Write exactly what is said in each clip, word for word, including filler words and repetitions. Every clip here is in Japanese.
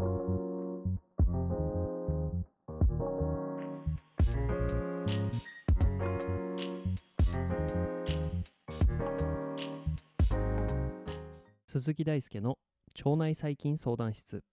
鈴木大輔の腸内細菌相談室。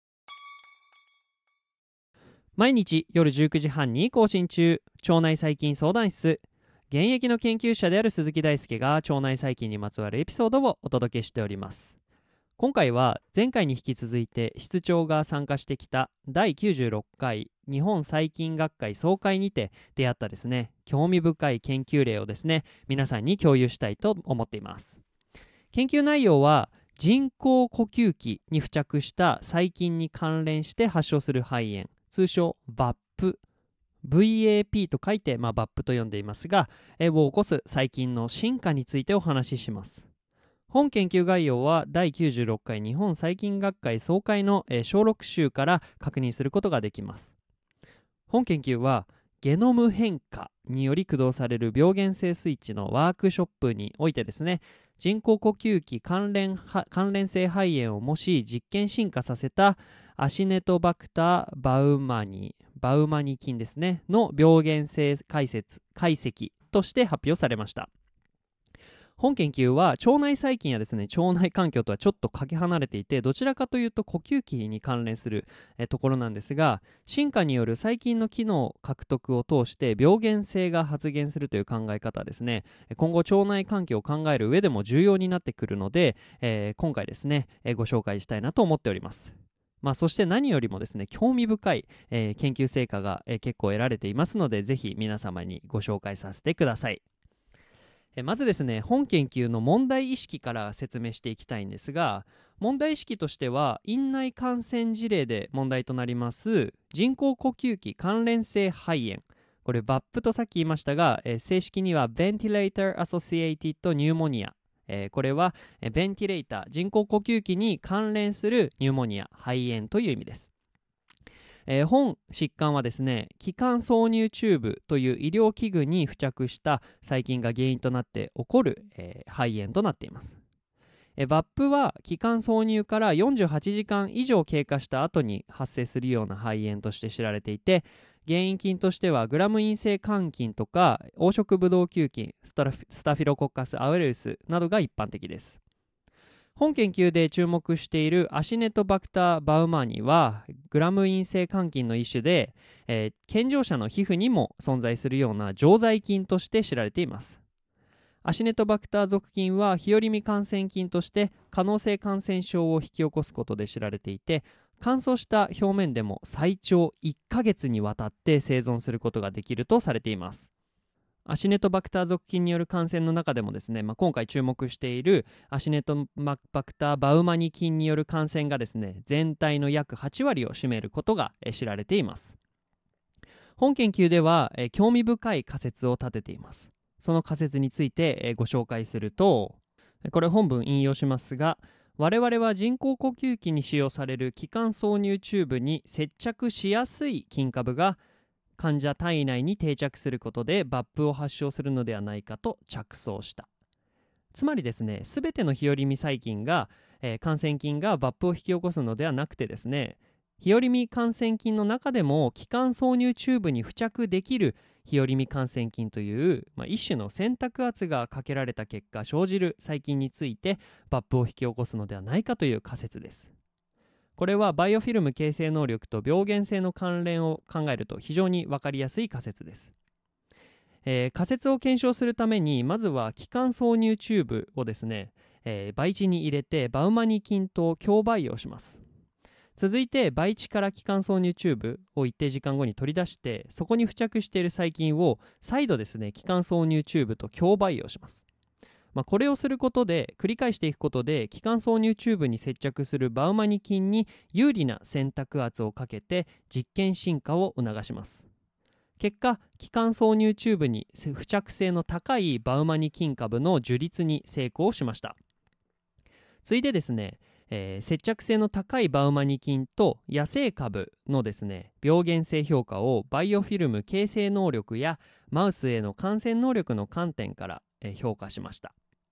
毎日夜じゅうくじはんに更新中、腸内細菌相談室。現役の研究者である鈴木大輔が腸内細菌にまつわるエピソードをお届けしております。今回は前回に引き続いて室長が参加してきただいきゅうじゅうろっかい日本細菌学会総会にて出会ったですね、興味深い研究例をですね、皆さんに共有したいと思っています。研究内容は人工呼吸器に付着した細菌に関連して発症する肺炎、通称 ブイエーピー、ブイエーピー と書いて、まあ、ブイエーピー と呼んでいますが、えを起こす細菌の進化についてお話しします。本研究概要はだいきゅうじゅうろっかい日本細菌学会総会の小録集から確認することができます。本研究はゲノム変化により駆動される病原性スイッチのワークショップにおいてですね、人工呼吸器関連関連性肺炎をもし実験進化させたアシネトバクターバウマニバウマニ菌ですねの病原性解説解析として発表されました。本研究は腸内細菌やですね、腸内環境とはちょっとかけ離れていて、どちらかというと呼吸器に関連するえところなんですが、進化による細菌の機能獲得を通して病原性が発現するという考え方はですね、今後腸内環境を考える上でも重要になってくるので、えー、今回ですね、えー、ご紹介したいなと思っております。まあ、そして何よりもですね、興味深い、えー、研究成果が、えー、結構得られていますので、ぜひ皆様にご紹介させてください。まずですね、本研究の問題意識から説明していきたいんですが、問題意識としては院内感染事例で問題となります人工呼吸器関連性肺炎、これ ブイエーピー とさっき言いましたが、えー、正式には Ventilator Associated Pneumonia、えー、これはベンティレーター人工呼吸器に関連するニューモニア肺炎という意味です。えー、本疾患はですね、気管挿入チューブという医療器具に付着した細菌が原因となって起こる、えー、肺炎となっています。えー、ブイエーピー は気管挿入からよんじゅうはちじかん以上経過した後に発生するような肺炎として知られていて、原因菌としてはグラム陰性肝菌とか黄色ブドウ球菌、スタフィロコッカスアウレウスなどが一般的です。本研究で注目しているアシネトバクターバウマーニはグラム陰性肝菌の一種で、えー、健常者の皮膚にも存在するような常在菌として知られています。アシネトバクター属菌は日和見感染菌として可能性感染症を引き起こすことで知られていて、乾燥した表面でも最長いっかげつにわたって生存することができるとされています。アシネトバクター属菌による感染の中でもですね、まあ、今回注目しているアシネトバクターバウマニ菌による感染がですね、全体の約はちわりを占めることが知られています。本研究ではえ興味深い仮説を立てています。その仮説についてえご紹介すると、これ本文引用しますが、我々は人工呼吸器に使用される気管挿入チューブに接着しやすい菌株が患者体内に定着することで ブイエーピー を発症するのではないかと着想した。つまりですね、すべての日和見細菌が、えー、感染菌が ブイエーピー を引き起こすのではなくてですね、日和見感染菌の中でも気管挿入チューブに付着できる日和見感染菌という、まあ、一種の選択圧がかけられた結果生じる細菌について ブイエーピー を引き起こすのではないかという仮説です。これはバイオフィルム形成能力と病原性の関連を考えると非常に分かりやすい仮説です。えー、仮説を検証するためにまずは気管挿入チューブをですね、えー、培地に入れてバウマニ菌と共培養します。続いて培地から気管挿入チューブを一定時間後に取り出して、そこに付着している細菌を再度ですね、気管挿入チューブと共培養します。まあ、これをすることで繰り返していくことで気管挿入チューブに接着するバウマニ菌に有利な選択圧をかけて実験進化を促します。結果、気管挿入チューブに付着性の高いバウマニ菌株の樹立に成功しました。ついでですね、えー、接着性の高いバウマニ菌と野生株のですね、病原性評価をバイオフィルム形成能力やマウスへの感染能力の観点から、えー、評価しました。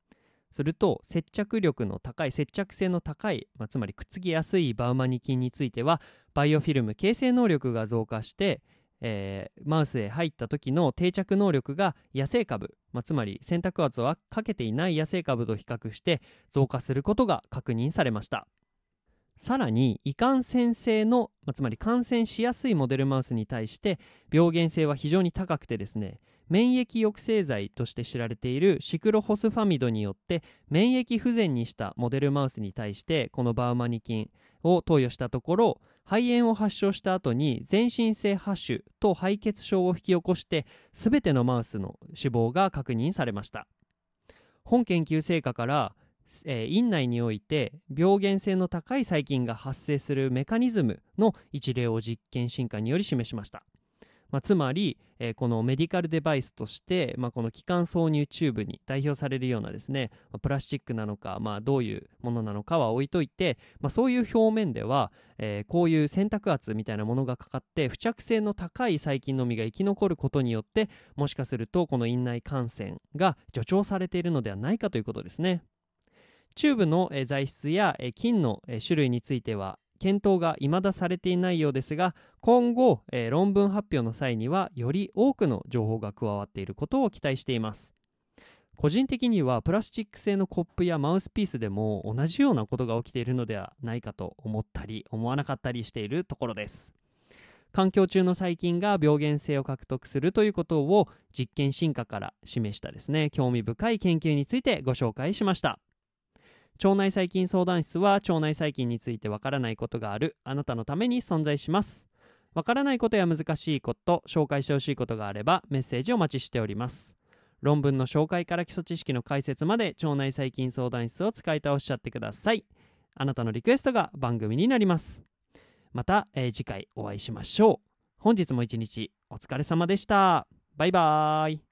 すると接着力の高い接着性の高い、まあ、つまりくっつきやすいバウマニ菌についてはバイオフィルム形成能力が増加して、えー、マウスへ入った時の定着能力が野生株、まあ、つまり洗濯圧をかけていない野生株と比較して増加することが確認されました。さらに胃感染性の、まあ、つまり感染しやすいモデルマウスに対して病原性は非常に高くてですね、免疫抑制剤として知られているシクロホスファミドによって免疫不全にしたモデルマウスに対してこのバウマニ菌を投与したところ、肺炎を発症した後に全身性発腫と敗血症を引き起こして全てのマウスの死亡が確認されました。本研究成果からえー、院内において病原性の高い細菌が発生するメカニズムの一例を実験進化により示しました。まあ、つまり、えー、このメディカルデバイスとして、まあ、この気管挿入チューブに代表されるようなですね、まあ、プラスチックなのか、まあ、どういうものなのかは置いといて、まあ、そういう表面では、えー、こういう洗濯圧みたいなものがかかって付着性の高い細菌のみが生き残ることによってもしかするとこの院内感染が助長されているのではないかということですね。チューブの材質や菌の種類については検討が未だされていないようですが、今後論文発表の際にはより多くの情報が加わっていることを期待しています。個人的にはプラスチック製のコップやマウスピースでも同じようなことが起きているのではないかと思ったり思わなかったりしているところです。環境中の細菌が病原性を獲得するということを実験進化から示したですね、興味深い研究についてご紹介しました。腸内細菌相談室は腸内細菌についてわからないことがあるあなたのために存在します。わからないことや難しいこと、紹介してほしいことがあればメッセージお待ちしております。論文の紹介から基礎知識の解説まで腸内細菌相談室を使い倒しちゃってください。あなたのリクエストが番組になります。また、えー、次回お会いしましょう。本日も一日お疲れ様でした。バイバーイ。